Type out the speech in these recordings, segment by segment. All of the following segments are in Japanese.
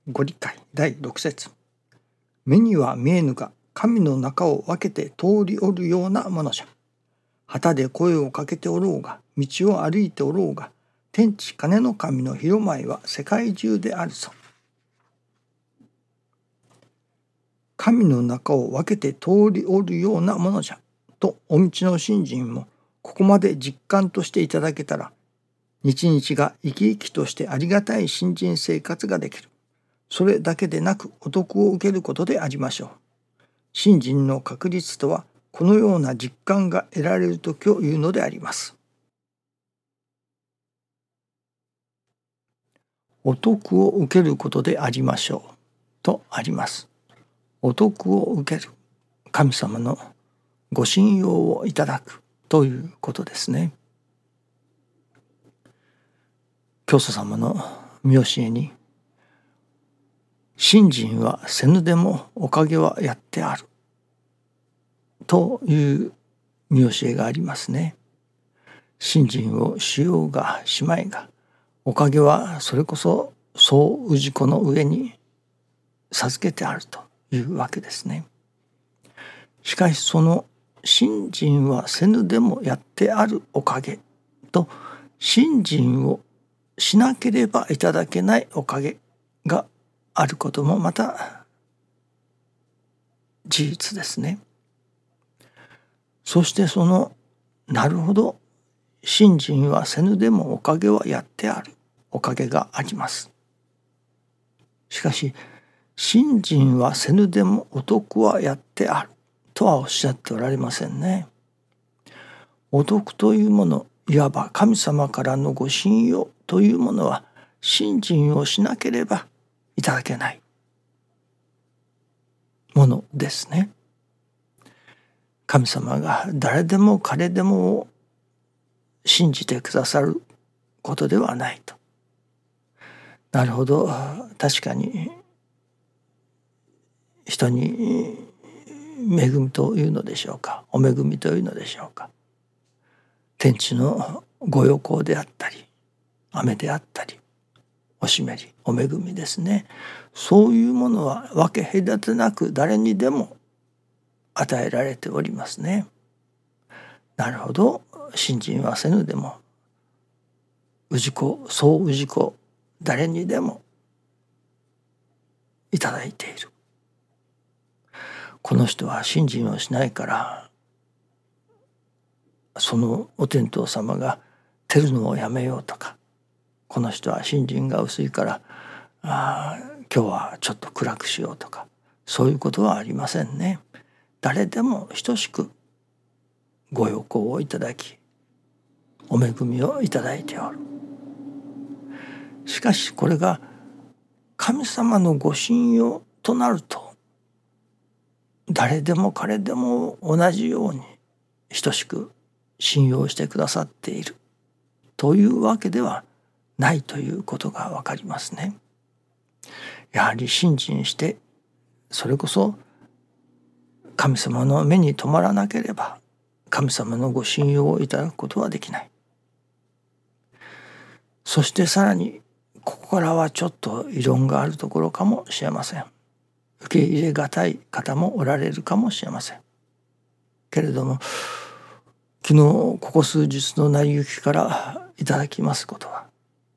ご理解第6節。目には見えぬが神の中を分けて通りおるようなものじゃ。旗で声をかけておろうが、道を歩いておろうが、天地金の神の広前は世界中であるぞ。神の中を分けて通りおるようなものじゃとお道の信心もここまで実感としていただけたら、日々が生き生きとしてありがたい信心生活ができる。それだけでなくお得を受けることでありましょう。信心の確率とはこのような実感が得られるときを言うのであります。お得を受けることでありましょうとあります。お得を受ける、神様のご信用をいただくということですね。教祖様の御教えに、信心はせぬでもおかげはやってあるという御教えがありますね。信心をしようがしまいが、おかげはそれこそ総氏子の上に授けてあるというわけですね。しかしその信心はせぬでもやってあるおかげと、信心をしなければいただけないおかげがあることもまた事実ですね。そしてそのなるほど、信心はせぬでもおかげはやってあるおかげがあります。しかし信心はせぬでもお得はやってあるとはおっしゃっておられませんね。お得というもの、いわば神様からのご信用というものは信心をしなければいただけないものですね。神様が誰でも彼でも信じてくださることではないと。なるほど、確かに人に恵みというのでしょうか、お恵みというのでしょうか、天地のご予行であったり、雨であったり、おしめり、お恵みですね。そういうものは分け隔てなく誰にでも与えられておりますね。なるほど、信心はせぬでも氏子、総氏子、誰にでもいただいている。この人は信心をしないから、そのお天道様が照るのをやめようとか、この人は信心が薄いから今日はちょっと暗くしようとか、そういうことはありませんね。誰でも等しくご予行をいただき、お恵みをいただいておる。しかしこれが神様のご信用となると、誰でも彼でも同じように等しく信用してくださっているというわけではないということがわかりますね。やはり信心して、それこそ神様の目に留まらなければ神様のご信用をいただくことはできない。そしてさらにここからはちょっと異論があるところかもしれません。受け入れがたい方もおられるかもしれませんけれども、昨日ここ数日の成り行きからいただきますことは、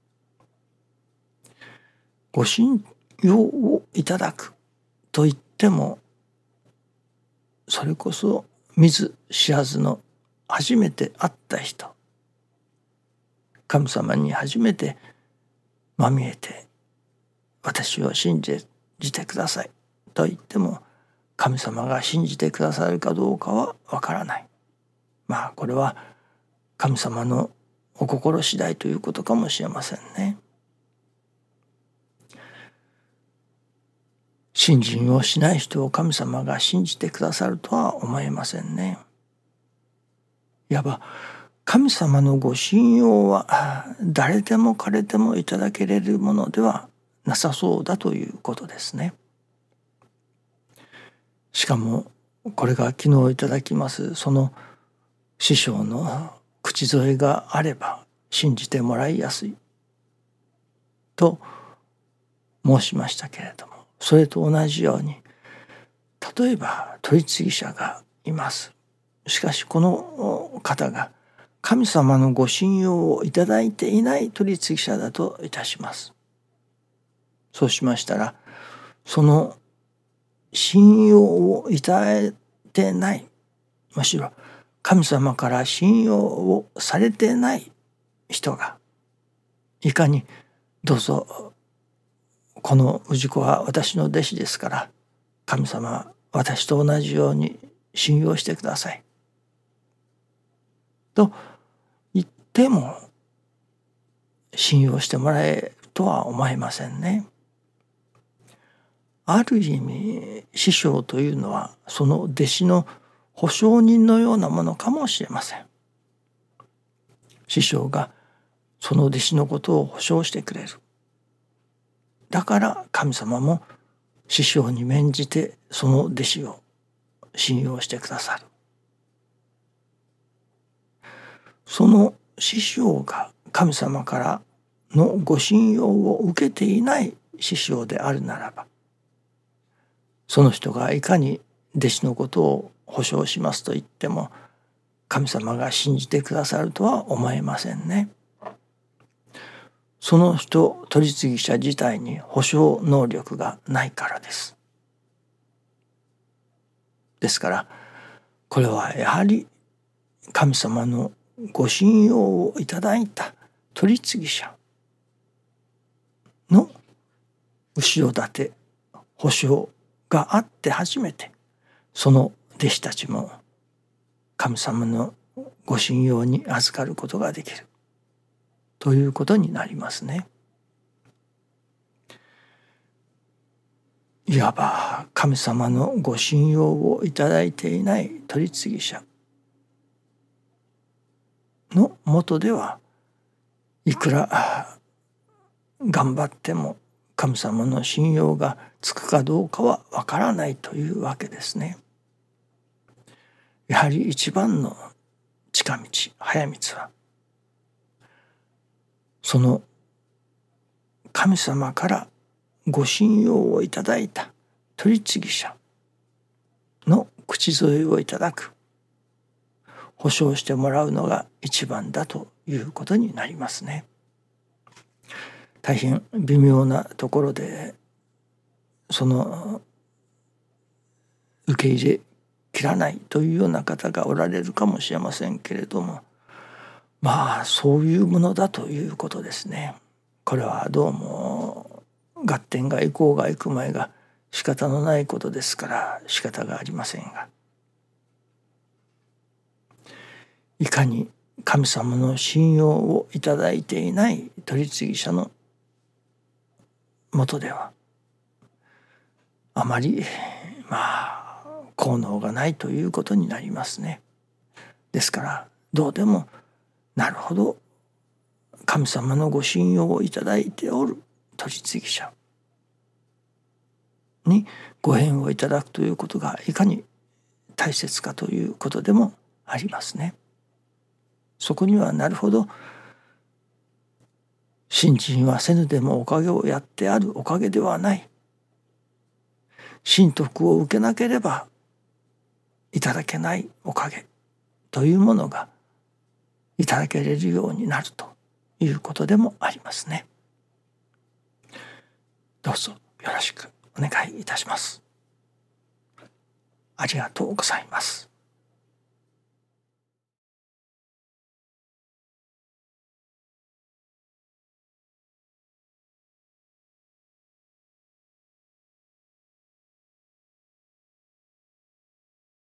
ご信用をいただくと言っても、それこそ見ず知らずの初めて会った人、神様に初めてまみえて私を信じてくださいと言っても、神様が信じてくださるかどうかはわからない。これは神様のお心次第ということかもしれませんね。信心をしない人を神様が信じてくださるとは思えませんね。いわば神様のご信用は誰でも彼でもいただけれるものではなさそうだということですね。しかもこれが昨日いただきますその師匠の口添えがあれば信じてもらいやすいと申しましたけれども、それと同じように、例えば取次者がいます。しかしこの方が神様のご信用をいただいていない取次者だといたします。そうしましたら、その信用をいただいてない、むしろ神様から信用をされてない人が、いかにどうぞこの氏子は私の弟子ですから、神様は私と同じように信用してくださいと言っても信用してもらえるとは思えませんね。ある意味師匠というのはその弟子の保証人のようなものかもしれません。師匠がその弟子のことを保証してくれる。だから神様も師匠に免じてその弟子を信用してくださる。その師匠が神様からのご信用を受けていない師匠であるならば、その人がいかに弟子のことを保証しますと言っても神様が信じてくださるとは思えませんね。その人取次者自体に保証能力がないからです。ですからこれはやはり神様のご信用をいただいた取次者の後ろ盾保証があって初めてその弟子たちも神様のご信用に預かることができるということになりますね。いわば神様のご信用をいただいていない取次者のもとではいくら頑張っても神様の信用がつくかどうかはわからないというわけですね。やはり一番の近道早道はその神様からご信用をいただいた取次者の口添えをいただく、保証してもらうのが一番だということになりますね。大変微妙なところでその受け入れきらないというような方がおられるかもしれませんけれども、まあそういうものだということですね。これはどうも合点が行こうが行く前が仕方のないことですから仕方がありませんが、いかに神様の信用をいただいていない取次者のもとではあまり効能がないということになりますね。ですからどうでもなるほど神様のご信用をいただいておる取次者にご縁をいただくということがいかに大切かということでもありますね。そこにはなるほど信心はせぬでもおかげをやってあるおかげではない、神徳を受けなければいただけないおかげというものがいただけれるようになるということでもありますね。どうぞよろしくお願いいたします。ありがとうございます。